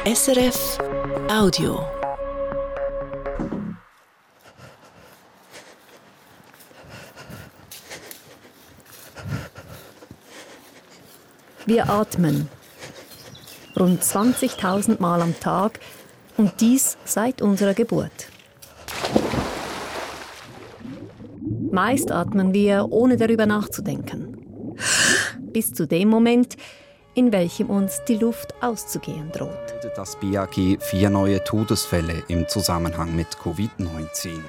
SRF Audio. Wir atmen rund 20.000 Mal am Tag und dies seit unserer Geburt. Meist atmen wir, ohne darüber nachzudenken. Bis zu dem Moment, in welchem uns die Luft auszugehen droht. Das BAG 4 neue Todesfälle im Zusammenhang mit Covid-19.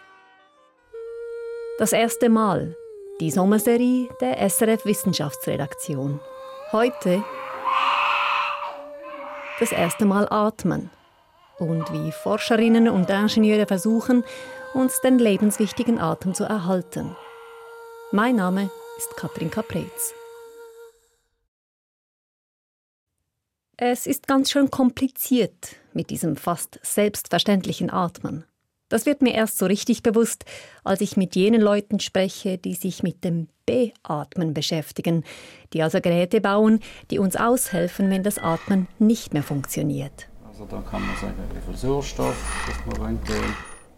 Das erste Mal, die Sommerserie der SRF Wissenschaftsredaktion. Heute das erste Mal atmen und wie Forscherinnen und Ingenieure versuchen, uns den lebenswichtigen Atem zu erhalten. Mein Name ist Katrin Caprez. Es ist ganz schön kompliziert mit diesem fast selbstverständlichen Atmen. Das wird mir erst so richtig bewusst, als ich mit jenen Leuten spreche, die sich mit dem Beatmen beschäftigen, die also Geräte bauen, die uns aushelfen, wenn das Atmen nicht mehr funktioniert. Also da kann man sagen, wie viel Sauerstoff das man reingehen.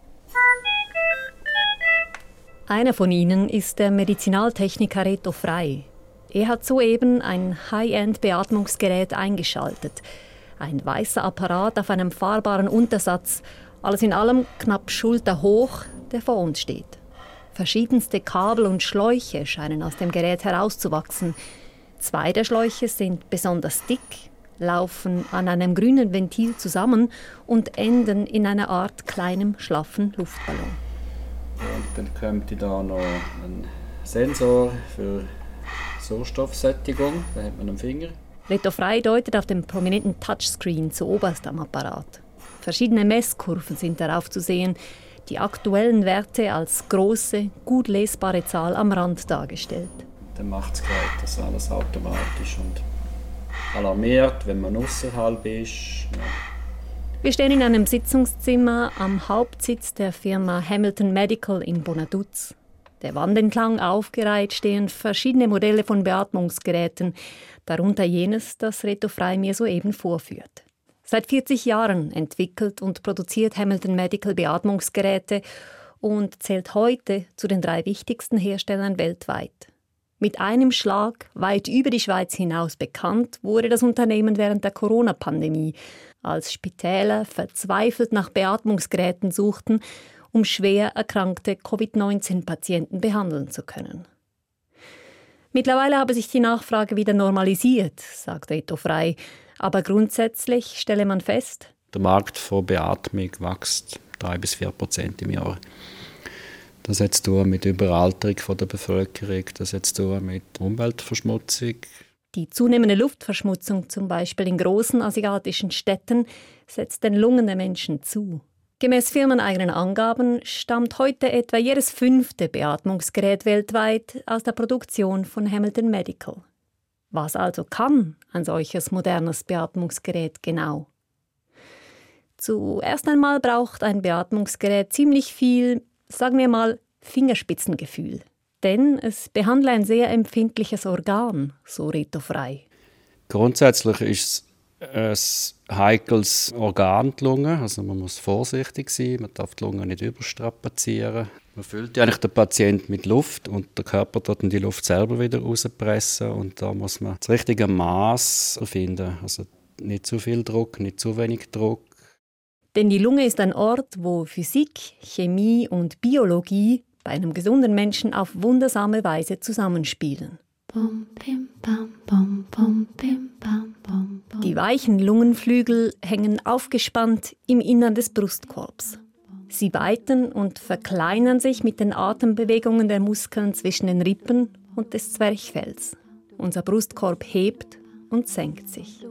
Einer von ihnen ist der Medizinaltechniker Reto Frey. Er hat soeben ein High-End-Beatmungsgerät eingeschaltet. Ein weißer Apparat auf einem fahrbaren Untersatz, alles in allem knapp schulterhoch, der vor uns steht. Verschiedenste Kabel und Schläuche scheinen aus dem Gerät herauszuwachsen. 2 der Schläuche sind besonders dick, laufen an einem grünen Ventil zusammen und enden in einer Art kleinem, schlaffen Luftballon. Und dann kommt da noch ein Sensor für Sauerstoffsättigung, den hat man am Finger. Reto Frey deutet auf dem prominenten Touchscreen zuoberst am Apparat. Verschiedene Messkurven sind darauf zu sehen, die aktuellen Werte als große, gut lesbare Zahl am Rand dargestellt. Dann macht das Gerät das alles automatisch und alarmiert, wenn man außerhalb ist. Ja. Wir stehen in einem Sitzungszimmer am Hauptsitz der Firma Hamilton Medical in Bonaduz. Der Wand entlang aufgereiht stehen verschiedene Modelle von Beatmungsgeräten, darunter jenes, das Reto Frey mir soeben vorführt. Seit 40 Jahren entwickelt und produziert Hamilton Medical Beatmungsgeräte und zählt heute zu den 3 wichtigsten Herstellern weltweit. Mit einem Schlag weit über die Schweiz hinaus bekannt wurde das Unternehmen während der Corona-Pandemie, als Spitäler verzweifelt nach Beatmungsgeräten suchten, um schwer erkrankte Covid-19-Patienten behandeln zu können. Mittlerweile habe sich die Nachfrage wieder normalisiert, sagt Reto Frey. Aber grundsätzlich stelle man fest, der Markt von Beatmung wächst 3-4% im Jahr. Das hat zu tun mit der Überalterung der Bevölkerung, das hat zu tun mit Umweltverschmutzung. Die zunehmende Luftverschmutzung, zum Beispiel in großen asiatischen Städten, setzt den Lungen der Menschen zu. Gemäß firmeneigenen Angaben stammt heute etwa jedes 5. Beatmungsgerät weltweit aus der Produktion von Hamilton Medical. Was also kann ein solches modernes Beatmungsgerät genau? Zuerst einmal braucht ein Beatmungsgerät ziemlich viel, sagen wir mal, Fingerspitzengefühl. Denn es behandelt ein sehr empfindliches Organ, so Reto Frey. Grundsätzlich ist es ein heikles Organ, die Lunge. Also man muss vorsichtig sein, man darf die Lunge nicht überstrapazieren. Man füllt ja eigentlich den Patienten mit Luft und der Körper tut dann die Luft selber wieder rauspressen und da muss man das richtige Maß finden. Also nicht zu viel Druck, nicht zu wenig Druck. Denn die Lunge ist ein Ort, wo Physik, Chemie und Biologie bei einem gesunden Menschen auf wundersame Weise zusammenspielen. Die weichen Lungenflügel hängen aufgespannt im Innern des Brustkorbs. Sie weiten und verkleinern sich mit den Atembewegungen der Muskeln zwischen den Rippen und des Zwerchfells. Unser Brustkorb hebt und senkt sich.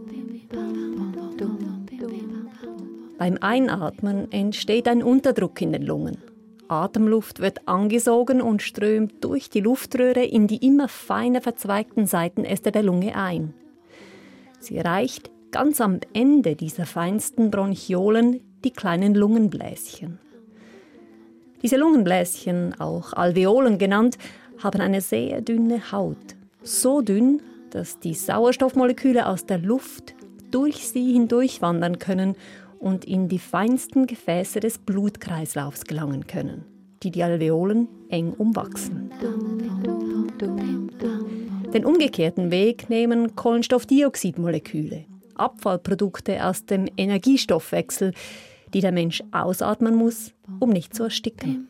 Beim Einatmen entsteht ein Unterdruck in den Lungen. Atemluft wird angesogen und strömt durch die Luftröhre in die immer feiner verzweigten Seitenäste der Lunge ein. Sie erreicht ganz am Ende dieser feinsten Bronchiolen die kleinen Lungenbläschen. Diese Lungenbläschen, auch Alveolen genannt, haben eine sehr dünne Haut. So dünn, dass die Sauerstoffmoleküle aus der Luft durch sie hindurchwandern können und in die feinsten Gefäße des Blutkreislaufs gelangen können, die Alveolen eng umwachsen. Den umgekehrten Weg nehmen Kohlenstoffdioxidmoleküle, Abfallprodukte aus dem Energiestoffwechsel, die der Mensch ausatmen muss, um nicht zu ersticken.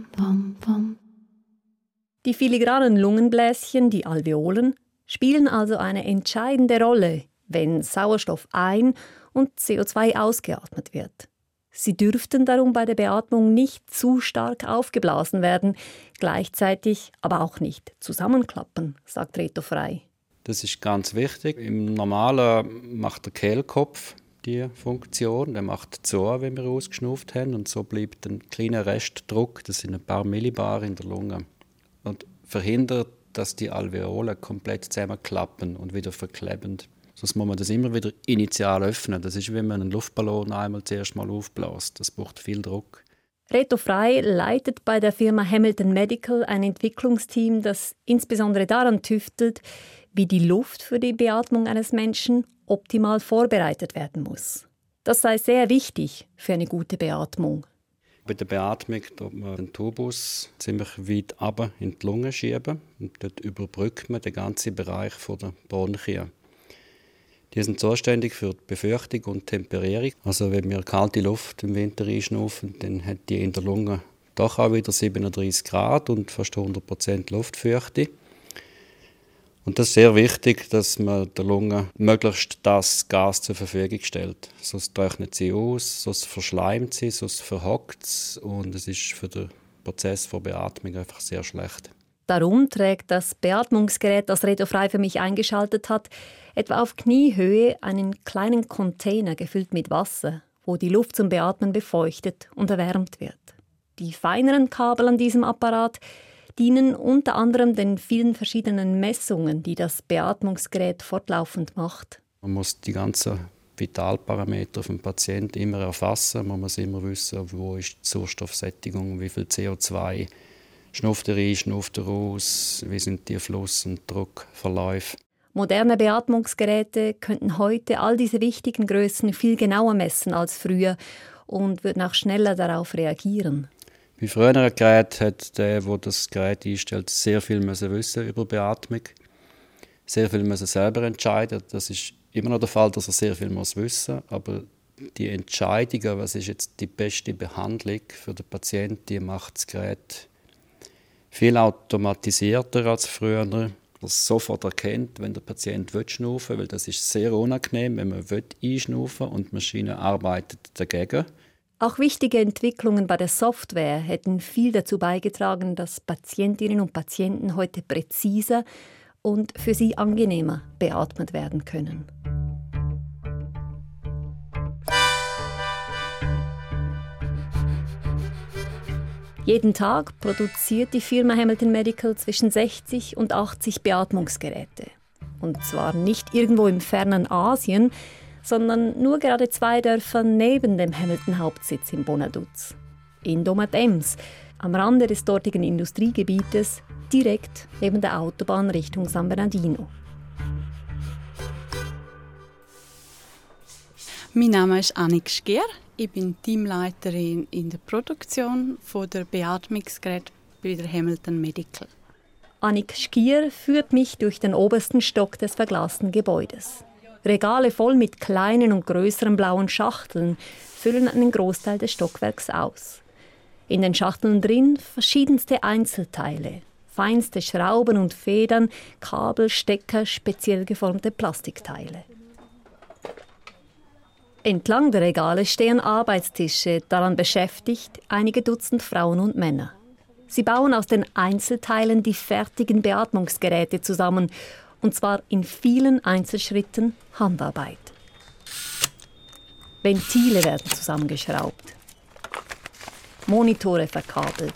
Die filigranen Lungenbläschen, die Alveolen, spielen also eine entscheidende Rolle, wenn Sauerstoff ein- und CO2 ausgeatmet wird. Sie dürften darum bei der Beatmung nicht zu stark aufgeblasen werden, gleichzeitig aber auch nicht zusammenklappen, sagt Reto Frey. Das ist ganz wichtig. Im Normalen macht der Kehlkopf die Funktion. Der macht zu, wenn wir ausgeschnauft haben. Und so bleibt ein kleiner Restdruck, das sind ein paar Millibar in der Lunge. Und verhindert, dass die Alveolen komplett zusammenklappen und wieder verkleben. Sonst muss man das immer wieder initial öffnen. Das ist, wenn man einen Luftballon einmal zuerst mal aufbläst. Das braucht viel Druck. Reto Frey leitet bei der Firma Hamilton Medical ein Entwicklungsteam, das insbesondere daran tüftelt, wie die Luft für die Beatmung eines Menschen optimal vorbereitet werden muss. Das sei sehr wichtig für eine gute Beatmung. Bei der Beatmung tut man den Tubus ziemlich weit runter in die Lunge schieben und dort überbrückt man den ganzen Bereich der Bronchien. Die sind zuständig für die Befeuchtung und Temperierung. Also wenn wir kalte Luft im Winter einschnaufen, dann hat die in der Lunge doch auch wieder 37 Grad und fast 100% Luftfeuchte. Und das ist sehr wichtig, dass man der Lunge möglichst das Gas zur Verfügung stellt. Sonst trocknet sie aus, sonst verschleimt sie, sonst verhockt es. Und es ist für den Prozess der Beatmung einfach sehr schlecht. Darum trägt das Beatmungsgerät, das Reto Frey für mich eingeschaltet hat, etwa auf Kniehöhe einen kleinen Container gefüllt mit Wasser, wo die Luft zum Beatmen befeuchtet und erwärmt wird. Die feineren Kabel an diesem Apparat dienen unter anderem den vielen verschiedenen Messungen, die das Beatmungsgerät fortlaufend macht. Man muss die ganzen Vitalparameter vom Patienten immer erfassen. Man muss immer wissen, wo ist die Sauerstoffsättigung, wie viel CO2 schnauft er ein, schnauft er aus, wie sind die Fluss- und Druckverläufe. Moderne Beatmungsgeräte könnten heute all diese wichtigen Größen viel genauer messen als früher und würden auch schneller darauf reagieren. Bei früheren Geräten hat der das Gerät einstellt, sehr viel wissen über Beatmung. Sehr viel müssen selber entscheiden. Das ist immer noch der Fall, dass er sehr viel wissen muss. Aber die Entscheidung, was ist jetzt die beste Behandlung für den Patienten, die macht das Gerät viel automatisierter als früher. Das sofort erkennt, wenn der Patient schnaufen will, weil das ist sehr unangenehm, wenn man einschnaufen will und die Maschine arbeitet dagegen. Auch wichtige Entwicklungen bei der Software hätten viel dazu beigetragen, dass Patientinnen und Patienten heute präziser und für sie angenehmer beatmet werden können. Jeden Tag produziert die Firma Hamilton Medical zwischen 60 und 80 Beatmungsgeräte. Und zwar nicht irgendwo im fernen Asien, sondern nur gerade 2 Dörfer neben dem Hamilton-Hauptsitz in Bonaduz. In Domatems, am Rande des dortigen Industriegebietes, direkt neben der Autobahn Richtung San Bernardino. Mein Name ist Annik Schier. Ich bin Teamleiterin in der Produktion der Beatmungsgeräte bei der Hamilton Medical. Annik Schier führt mich durch den obersten Stock des verglasten Gebäudes. Regale voll mit kleinen und größeren blauen Schachteln füllen einen Großteil des Stockwerks aus. In den Schachteln drin verschiedenste Einzelteile, feinste Schrauben und Federn, Kabel, Stecker, speziell geformte Plastikteile. Entlang der Regale stehen Arbeitstische, daran beschäftigt einige Dutzend Frauen und Männer. Sie bauen aus den Einzelteilen die fertigen Beatmungsgeräte zusammen, und zwar in vielen Einzelschritten Handarbeit. Ventile werden zusammengeschraubt, Monitore verkabelt,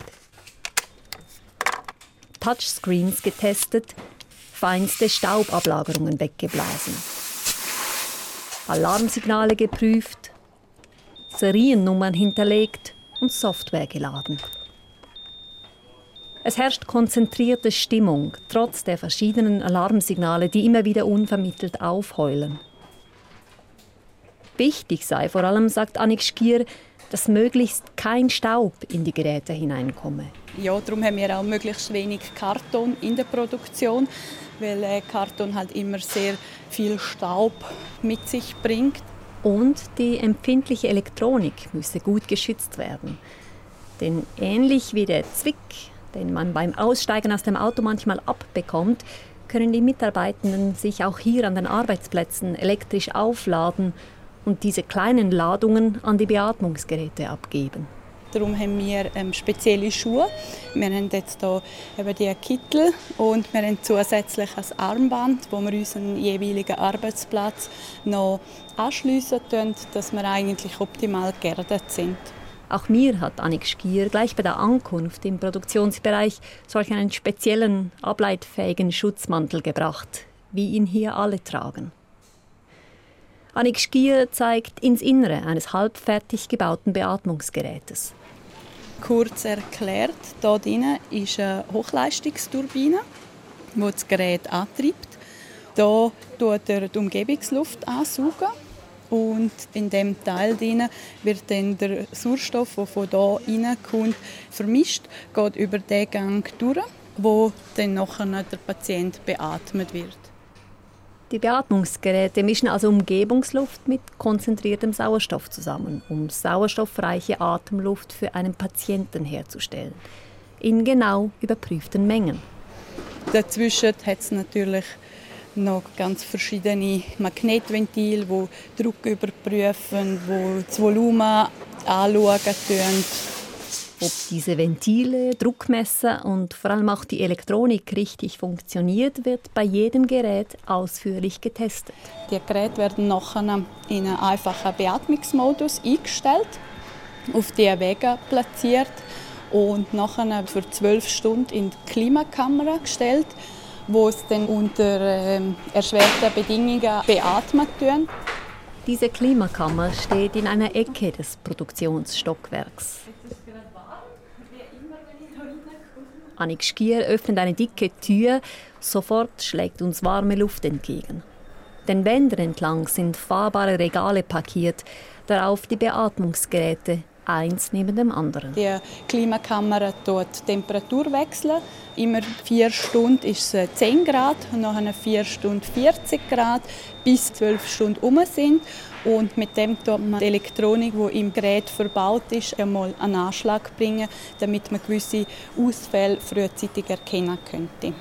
Touchscreens getestet, feinste Staubablagerungen weggeblasen, Alarmsignale geprüft, Seriennummern hinterlegt und Software geladen. Es herrscht konzentrierte Stimmung, trotz der verschiedenen Alarmsignale, die immer wieder unvermittelt aufheulen. Wichtig sei vor allem, sagt Annik Schier, dass möglichst kein Staub in die Geräte hineinkomme. Ja, darum haben wir auch möglichst wenig Karton in der Produktion, weil Karton halt immer sehr viel Staub mit sich bringt. Und die empfindliche Elektronik müsse gut geschützt werden. Denn ähnlich wie der Zwick, den man beim Aussteigen aus dem Auto manchmal abbekommt, können die Mitarbeitenden sich auch hier an den Arbeitsplätzen elektrisch aufladen und diese kleinen Ladungen an die Beatmungsgeräte abgeben. Darum haben wir spezielle Schuhe. Wir haben jetzt hier eben die Kittel und wir haben zusätzlich ein Armband, wo wir unseren jeweiligen Arbeitsplatz noch anschliessen können, dass wir eigentlich optimal geerdet sind. Auch mir hat Annik Schier gleich bei der Ankunft im Produktionsbereich solch einen speziellen, ableitfähigen Schutzmantel gebracht, wie ihn hier alle tragen. Annik Schier zeigt ins Innere eines halbfertig gebauten Beatmungsgerätes. Kurz erklärt, hier drin ist eine Hochleistungsturbine, die das Gerät antreibt. Hier tut er die Umgebungsluft ansaugen. Und in diesem Teil wird dann der Sauerstoff, der von hier reinkommt, vermischt, geht über den Gang durch, wo dann nachher der Patient beatmet wird. Die Beatmungsgeräte mischen also Umgebungsluft mit konzentriertem Sauerstoff zusammen, um sauerstoffreiche Atemluft für einen Patienten herzustellen. In genau überprüften Mengen. Dazwischen hat es natürlich noch ganz verschiedene Magnetventile, die Druck überprüfen, die das Volumen anschauen können. Ob diese Ventile, Druckmesser und vor allem auch die Elektronik richtig funktioniert, wird bei jedem Gerät ausführlich getestet. Die Geräte werden nachher in einen einfachen Beatmungsmodus eingestellt, auf die Wege platziert und nachher für 12 Stunden in die Klimakamera gestellt, wo es dann unter erschwerten Bedingungen beatmet wird. Diese Klimakammer steht in einer Ecke des Produktionsstockwerks. Annik Schier öffnet eine dicke Tür, sofort schlägt uns warme Luft entgegen. Den Wänden entlang sind fahrbare Regale parkiert, darauf die Beatmungsgeräte, eins neben dem anderen. Die Klimakamera tut die Temperatur wechseln. Immer 4 Stunden ist es 10 Grad, und nach 4 Stunden 40 Grad, bis 12 Stunden um sind. Und mit dem tut man die Elektronik, die im Gerät verbaut ist, einmal einen Anschlag bringen, damit man gewisse Ausfälle frühzeitig erkennen könnte.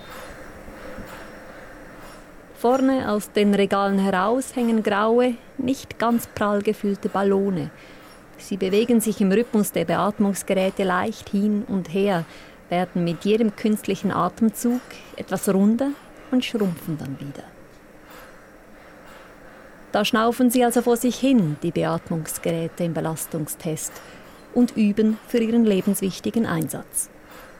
Vorne aus den Regalen heraus hängen graue, nicht ganz prall gefüllte Ballone. Sie bewegen sich im Rhythmus der Beatmungsgeräte leicht hin und her, werden mit jedem künstlichen Atemzug etwas runder und schrumpfen dann wieder. Da schnaufen sie also vor sich hin, die Beatmungsgeräte im Belastungstest, und üben für ihren lebenswichtigen Einsatz.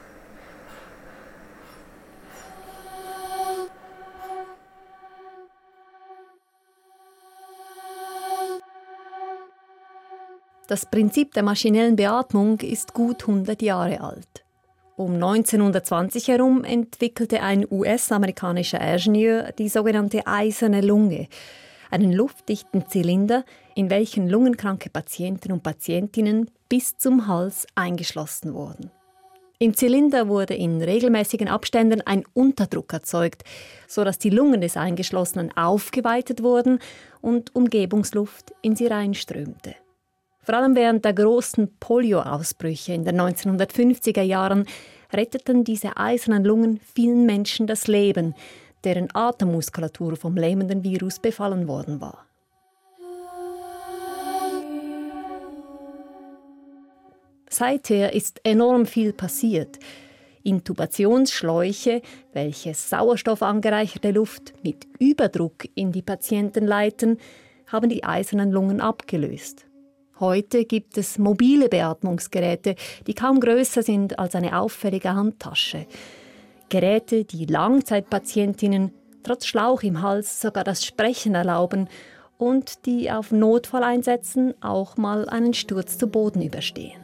Das Prinzip der maschinellen Beatmung ist gut 100 Jahre alt. Um 1920 herum entwickelte ein US-amerikanischer Ingenieur die sogenannte eiserne Lunge, einen luftdichten Zylinder, in welchen lungenkranke Patienten und Patientinnen bis zum Hals eingeschlossen wurden. Im Zylinder wurde in regelmäßigen Abständen ein Unterdruck erzeugt, sodass die Lungen des Eingeschlossenen aufgeweitet wurden und Umgebungsluft in sie reinströmte. Vor allem während der großen Polio-Ausbrüche in den 1950er Jahren retteten diese eisernen Lungen vielen Menschen das Leben, deren Atemmuskulatur vom lähmenden Virus befallen worden war. Seither ist enorm viel passiert. Intubationsschläuche, welche sauerstoffangereicherte Luft mit Überdruck in die Patienten leiten, haben die eisernen Lungen abgelöst. Heute gibt es mobile Beatmungsgeräte, die kaum größer sind als eine auffällige Handtasche. Geräte, die Langzeitpatientinnen trotz Schlauch im Hals sogar das Sprechen erlauben und die auf Notfalleinsätzen auch mal einen Sturz zu Boden überstehen.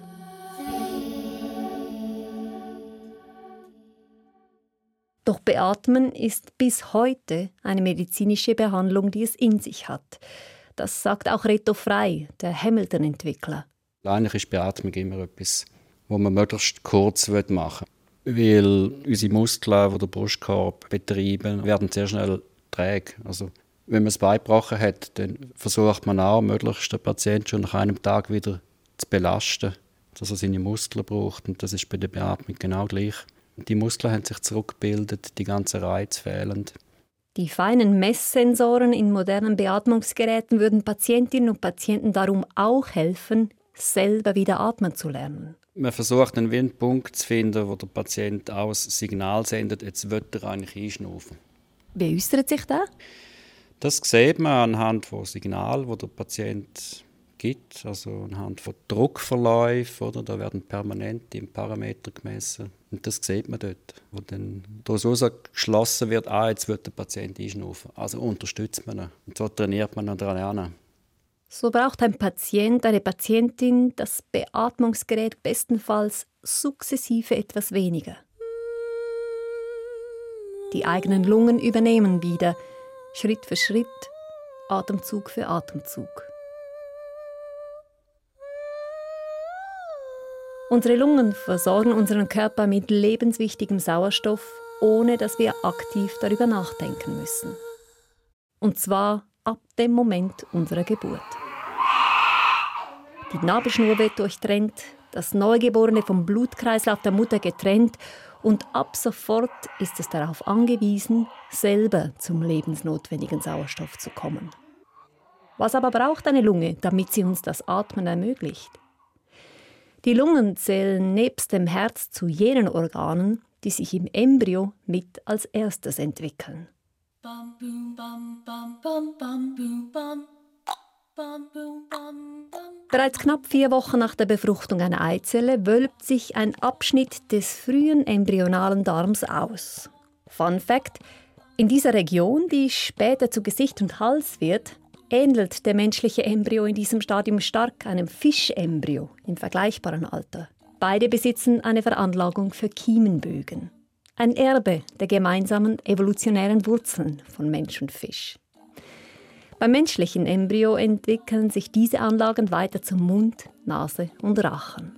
Doch Beatmen ist bis heute eine medizinische Behandlung, die es in sich hat. Das sagt auch Reto Frey, der Hamilton-Entwickler. Eigentlich ist Beatmung immer etwas, was man möglichst kurz machen will. Weil unsere Muskeln, die den Brustkorb betreiben, werden sehr schnell träge. Also, wenn man das Bein gebrochen hat, dann versucht man auch, möglichst den Patienten schon nach einem Tag wieder zu belasten, dass er seine Muskeln braucht. Und das ist bei der Beatmung genau gleich. Und die Muskeln haben sich zurückgebildet, die ganzen Reize fehlen. Die feinen Messsensoren in modernen Beatmungsgeräten würden Patientinnen und Patienten darum auch helfen, selber wieder atmen zu lernen. Man versucht dann einen Punkt zu finden, wo der Patient auch ein Signal sendet, jetzt will er eigentlich einschnaufen. Wie äußert sich das? Das sieht man anhand von Signalen, die der Patient gibt, also anhand von Druckverläufen. Oder? Da werden permanent die Parameter gemessen. Und das sieht man dort, wo dann daraus geschlossen wird, jetzt wird der Patient einschnaufen. Also unterstützt man ihn. Und so trainiert man ihn daran. So braucht ein Patient, eine Patientin das Beatmungsgerät bestenfalls sukzessive etwas weniger. Die eigenen Lungen übernehmen wieder, Schritt für Schritt, Atemzug für Atemzug. Unsere Lungen versorgen unseren Körper mit lebenswichtigem Sauerstoff, ohne dass wir aktiv darüber nachdenken müssen. Und zwar ab dem Moment unserer Geburt. Die Nabelschnur wird durchtrennt, das Neugeborene vom Blutkreislauf der Mutter getrennt und ab sofort ist es darauf angewiesen, selber zum lebensnotwendigen Sauerstoff zu kommen. Was aber braucht eine Lunge, damit sie uns das Atmen ermöglicht? Die Lungen zählen nebst dem Herz zu jenen Organen, die sich im Embryo mit als erstes entwickeln. Bereits knapp 4 Wochen nach der Befruchtung einer Eizelle wölbt sich ein Abschnitt des frühen embryonalen Darms aus. Fun Fact: In dieser Region, die später zu Gesicht und Hals wird, ähnelt der menschliche Embryo in diesem Stadium stark einem Fischembryo im vergleichbaren Alter. Beide besitzen eine Veranlagung für Kiemenbögen. Ein Erbe der gemeinsamen evolutionären Wurzeln von Mensch und Fisch. Beim menschlichen Embryo entwickeln sich diese Anlagen weiter zum Mund, Nase und Rachen.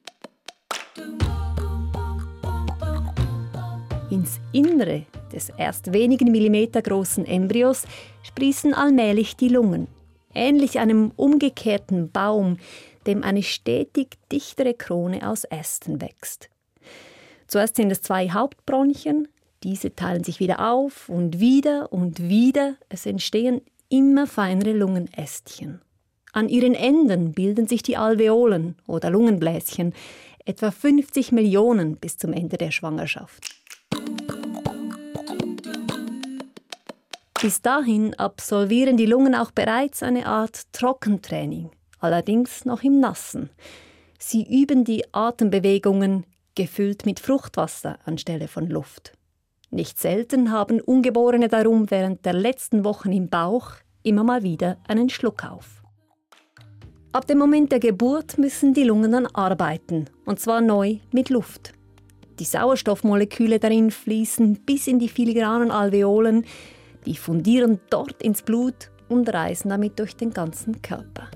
Ins Innere des erst wenigen Millimeter großen Embryos sprießen allmählich die Lungen, ähnlich einem umgekehrten Baum, dem eine stetig dichtere Krone aus Ästen wächst. Zuerst sind es 2 Hauptbronchien, diese teilen sich wieder auf und wieder, es entstehen immer feinere Lungenästchen. An ihren Enden bilden sich die Alveolen oder Lungenbläschen, etwa 50 Millionen bis zum Ende der Schwangerschaft. Bis dahin absolvieren die Lungen auch bereits eine Art Trockentraining, allerdings noch im Nassen. Sie üben die Atembewegungen, gefüllt mit Fruchtwasser anstelle von Luft. Nicht selten haben Ungeborene darum während der letzten Wochen im Bauch immer mal wieder einen Schluck auf. Ab dem Moment der Geburt müssen die Lungen dann arbeiten, und zwar neu mit Luft. Die Sauerstoffmoleküle darin fließen bis in die filigranen Alveolen, die fundieren dort ins Blut und reisen damit durch den ganzen Körper.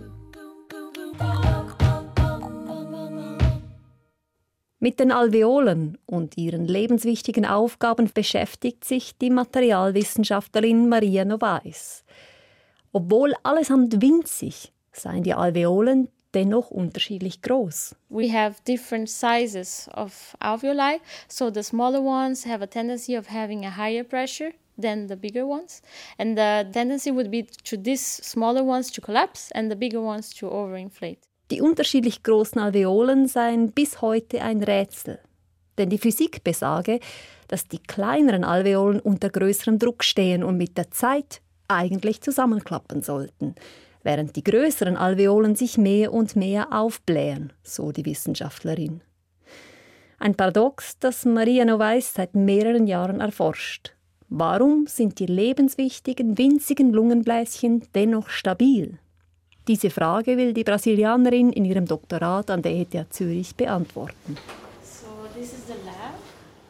Mit den Alveolen und ihren lebenswichtigen Aufgaben beschäftigt sich die Materialwissenschaftlerin Maria Novais. Obwohl allesamt winzig, seien die Alveolen dennoch unterschiedlich groß. We have different sizes of alveoli, so the smaller ones have a tendency of having a higher pressure than the bigger ones, and the tendency would be to these smaller ones to collapse and the bigger ones to overinflate. Die unterschiedlich großen Alveolen seien bis heute ein Rätsel. Denn die Physik besage, dass die kleineren Alveolen unter größerem Druck stehen und mit der Zeit eigentlich zusammenklappen sollten, während die größeren Alveolen sich mehr und mehr aufblähen, so die Wissenschaftlerin. Ein Paradox, das Maria Novais seit mehreren Jahren erforscht. Warum sind die lebenswichtigen, winzigen Lungenbläschen dennoch stabil? Diese Frage will die Brasilianerin in ihrem Doktorat an der ETH Zürich beantworten. So this is the lab.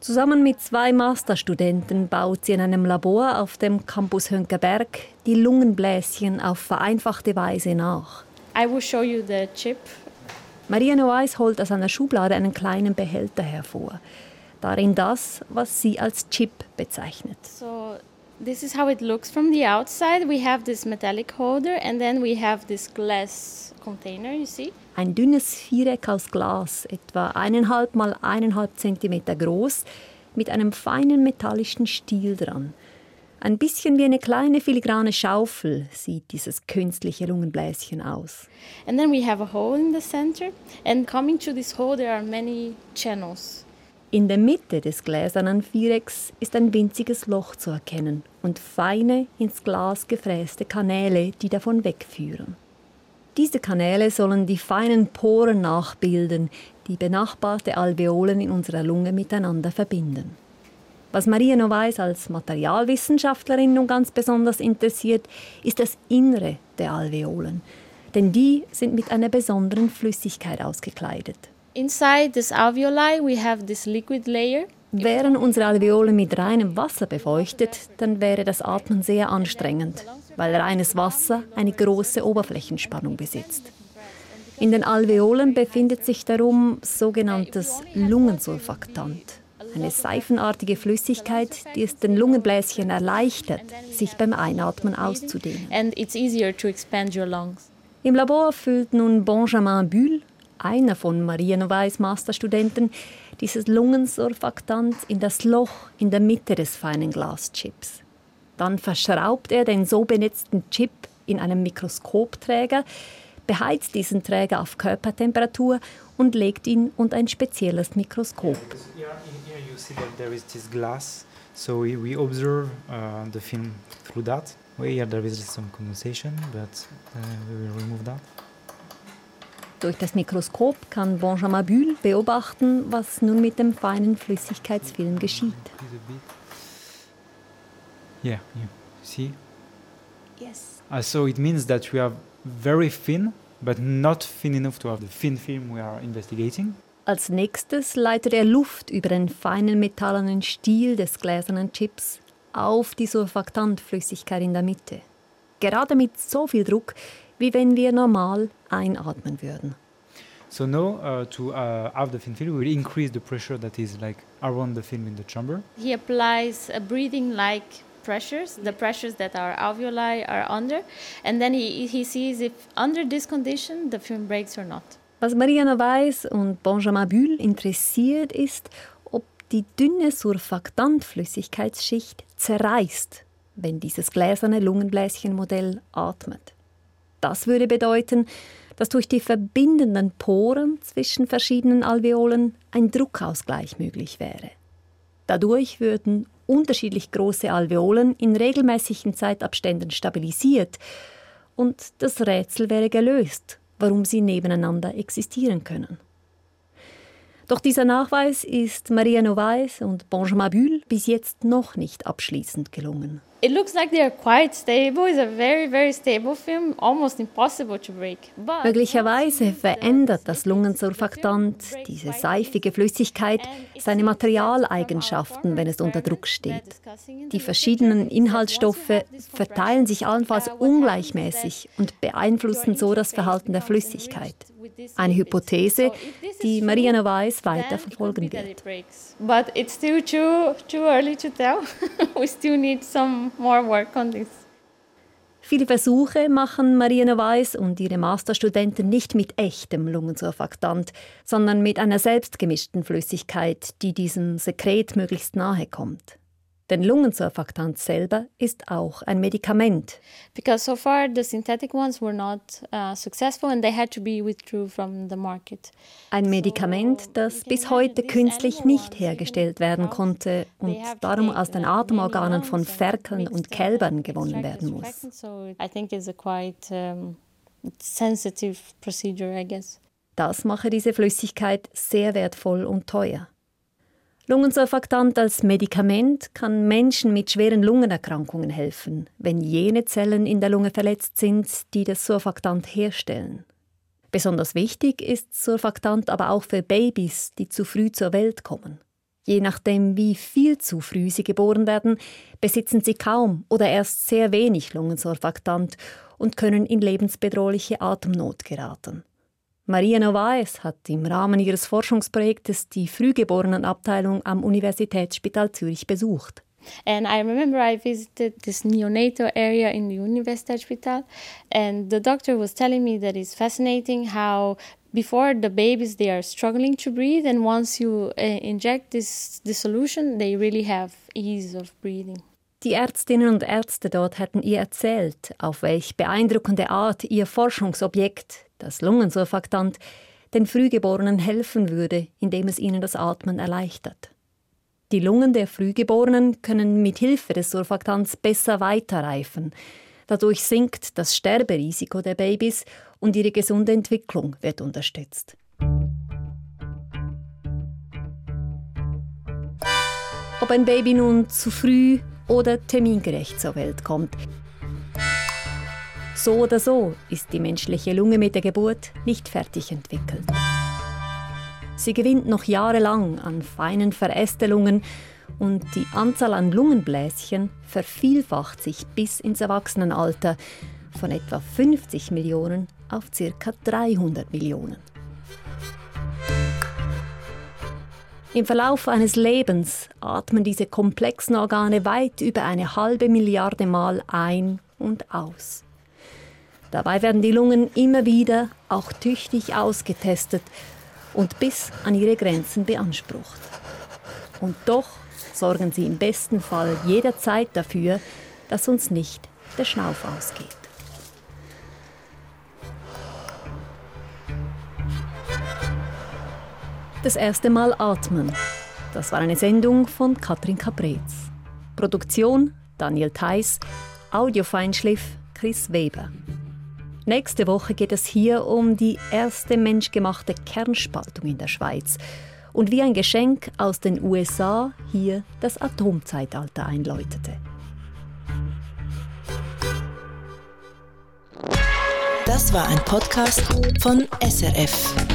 Zusammen mit 2 Masterstudenten baut sie in einem Labor auf dem Campus Hönckerberg die Lungenbläschen auf vereinfachte Weise nach. I will show you the chip. Maria Novaes holt aus einer Schublade einen kleinen Behälter hervor. Darin das, was sie als Chip bezeichnet. So this is how it looks from the outside. We have this metallic holder and then we have this glass container, you see? Ein dünnes Viereck aus Glas, etwa 1,5 mal 1,5 cm groß, mit einem feinen metallischen Stiel dran. Ein bisschen wie eine kleine filigrane Schaufel sieht dieses künstliche Lungenbläschen aus. And then we have a hole in the center and coming to this hole there are many channels. In der Mitte des gläsernen Vierecks ist ein winziges Loch zu erkennen und feine, ins Glas gefräste Kanäle, die davon wegführen. Diese Kanäle sollen die feinen Poren nachbilden, die benachbarte Alveolen in unserer Lunge miteinander verbinden. Was Maria Novaes als Materialwissenschaftlerin nun ganz besonders interessiert, ist das Innere der Alveolen. Denn die sind mit einer besonderen Flüssigkeit ausgekleidet. Inside this alveoli we have this liquid layer. Wären unsere Alveolen mit reinem Wasser befeuchtet, dann wäre das Atmen sehr anstrengend, weil reines Wasser eine große Oberflächenspannung besitzt. In den Alveolen befindet sich darum sogenanntes Lungensurfaktant, eine seifenartige Flüssigkeit, die es den Lungenbläschen erleichtert, sich beim Einatmen auszudehnen. And it's easier to expand your lungs. Im Labor füllt nun Benjamin Buhl, einer von Maria Novaes Masterstudenten, dieses Lungensurfaktant in das Loch in der Mitte des feinen Glaschips. Dann verschraubt er den so benetzten Chip in einem Mikroskopträger, beheizt diesen Träger auf Körpertemperatur und legt ihn unter ein spezielles Mikroskop. Here you see that there is this glass, so we observe the film through that. Here there is some condensation, but we will remove that. Durch das Mikroskop kann Benjamin Buhl beobachten, was nun mit dem feinen Flüssigkeitsfilm geschieht. Yeah, you see? Yes. So it means that we have very thin, but not thin enough to have the thin film we are investigating. Als nächstes leitet er Luft über den feinen metallenen Stiel des gläsernen Chips auf die Surfaktantflüssigkeit in der Mitte. Gerade mit so viel Druck, wie wenn wir normal einatmen würden. So now to have the thin film, we will increase the pressure that is like around the film in the chamber. He applies a breathing-like pressures, the pressures that our alveoli are under, and then he sees if under this condition the film breaks or not. Was Maria Novaes und Benjamin Buhl interessiert, ist, ob die dünne Surfaktantflüssigkeitsschicht zerreißt, wenn dieses gläserne Lungenbläschenmodell atmet. Das würde bedeuten, dass durch die verbindenden Poren zwischen verschiedenen Alveolen ein Druckausgleich möglich wäre. Dadurch würden unterschiedlich große Alveolen in regelmäßigen Zeitabständen stabilisiert und das Rätsel wäre gelöst, warum sie nebeneinander existieren können. Doch dieser Nachweis ist Maria Novaes und Benjamin Buhl bis jetzt noch nicht abschließend gelungen. It looks like they are quite stable. It's a very, very stable film, almost impossible to break. But Möglicherweise verändert das Lungensurfaktant, diese seifige Flüssigkeit, seine Materialeigenschaften, wenn es unter Druck steht. Die verschiedenen Inhaltsstoffe verteilen sich allenfalls ungleichmäßig und beeinflussen so das Verhalten der Flüssigkeit. Eine Hypothese, die Maria Novaes weiter verfolgen wird. But it's still too early to tell. We still need some more work on this. Viele Versuche machen Maria Novaes und ihre Masterstudenten nicht mit echtem Lungensurfaktant, sondern mit einer selbstgemischten Flüssigkeit, die diesem Sekret möglichst nahe kommt. Denn Lungensurfaktant selber ist auch ein Medikament. Because so far the synthetic ones were not successful and they had to be withdrawn from the market. Ein Medikament, das bis heute künstlich nicht hergestellt werden konnte und darum aus den Atemorganen von Ferkeln und Kälbern gewonnen werden muss. So I think it's a quite sensitive procedure, I guess. Das mache diese Flüssigkeit sehr wertvoll und teuer. Lungensurfaktant als Medikament kann Menschen mit schweren Lungenerkrankungen helfen, wenn jene Zellen in der Lunge verletzt sind, die das Surfaktant herstellen. Besonders wichtig ist Surfaktant aber auch für Babys, die zu früh zur Welt kommen. Je nachdem, wie viel zu früh sie geboren werden, besitzen sie kaum oder erst sehr wenig Lungensurfaktant und können in lebensbedrohliche Atemnot geraten. Maria Novaes hat im Rahmen ihres Forschungsprojektes die Frühgeborenenabteilung am Universitätsspital Zürich besucht. And I remember I visited this neonatal area in the Universitätsspital, and the doctor was telling me that it's fascinating how before the babies they are struggling to breathe, and once you inject this solution, they really have ease of breathing. Die Ärztinnen und Ärzte dort hatten ihr erzählt, auf welch beeindruckende Art ihr Forschungsobjekt, das Lungensurfaktant, den Frühgeborenen helfen würde, indem es ihnen das Atmen erleichtert. Die Lungen der Frühgeborenen können mit Hilfe des Surfaktants besser weiterreifen. Dadurch sinkt das Sterberisiko der Babys und ihre gesunde Entwicklung wird unterstützt. Ob ein Baby nun zu früh oder termingerecht zur Welt kommt. So oder so ist die menschliche Lunge mit der Geburt nicht fertig entwickelt. Sie gewinnt noch jahrelang an feinen Verästelungen und die Anzahl an Lungenbläschen vervielfacht sich bis ins Erwachsenenalter von etwa 50 Millionen auf ca. 300 Millionen. Im Verlauf eines Lebens atmen diese komplexen Organe weit über 1/2 Milliarde Mal ein und aus. Dabei werden die Lungen immer wieder auch tüchtig ausgetestet und bis an ihre Grenzen beansprucht. Und doch sorgen sie im besten Fall jederzeit dafür, dass uns nicht der Schnauf ausgeht. Das erste Mal atmen. Das war eine Sendung von Katrin Kapretz. Produktion Daniel Theiss, Audiofeinschliff Chris Weber. Nächste Woche geht es hier um die erste menschgemachte Kernspaltung in der Schweiz und wie ein Geschenk aus den USA hier das Atomzeitalter einläutete. Das war ein Podcast von SRF.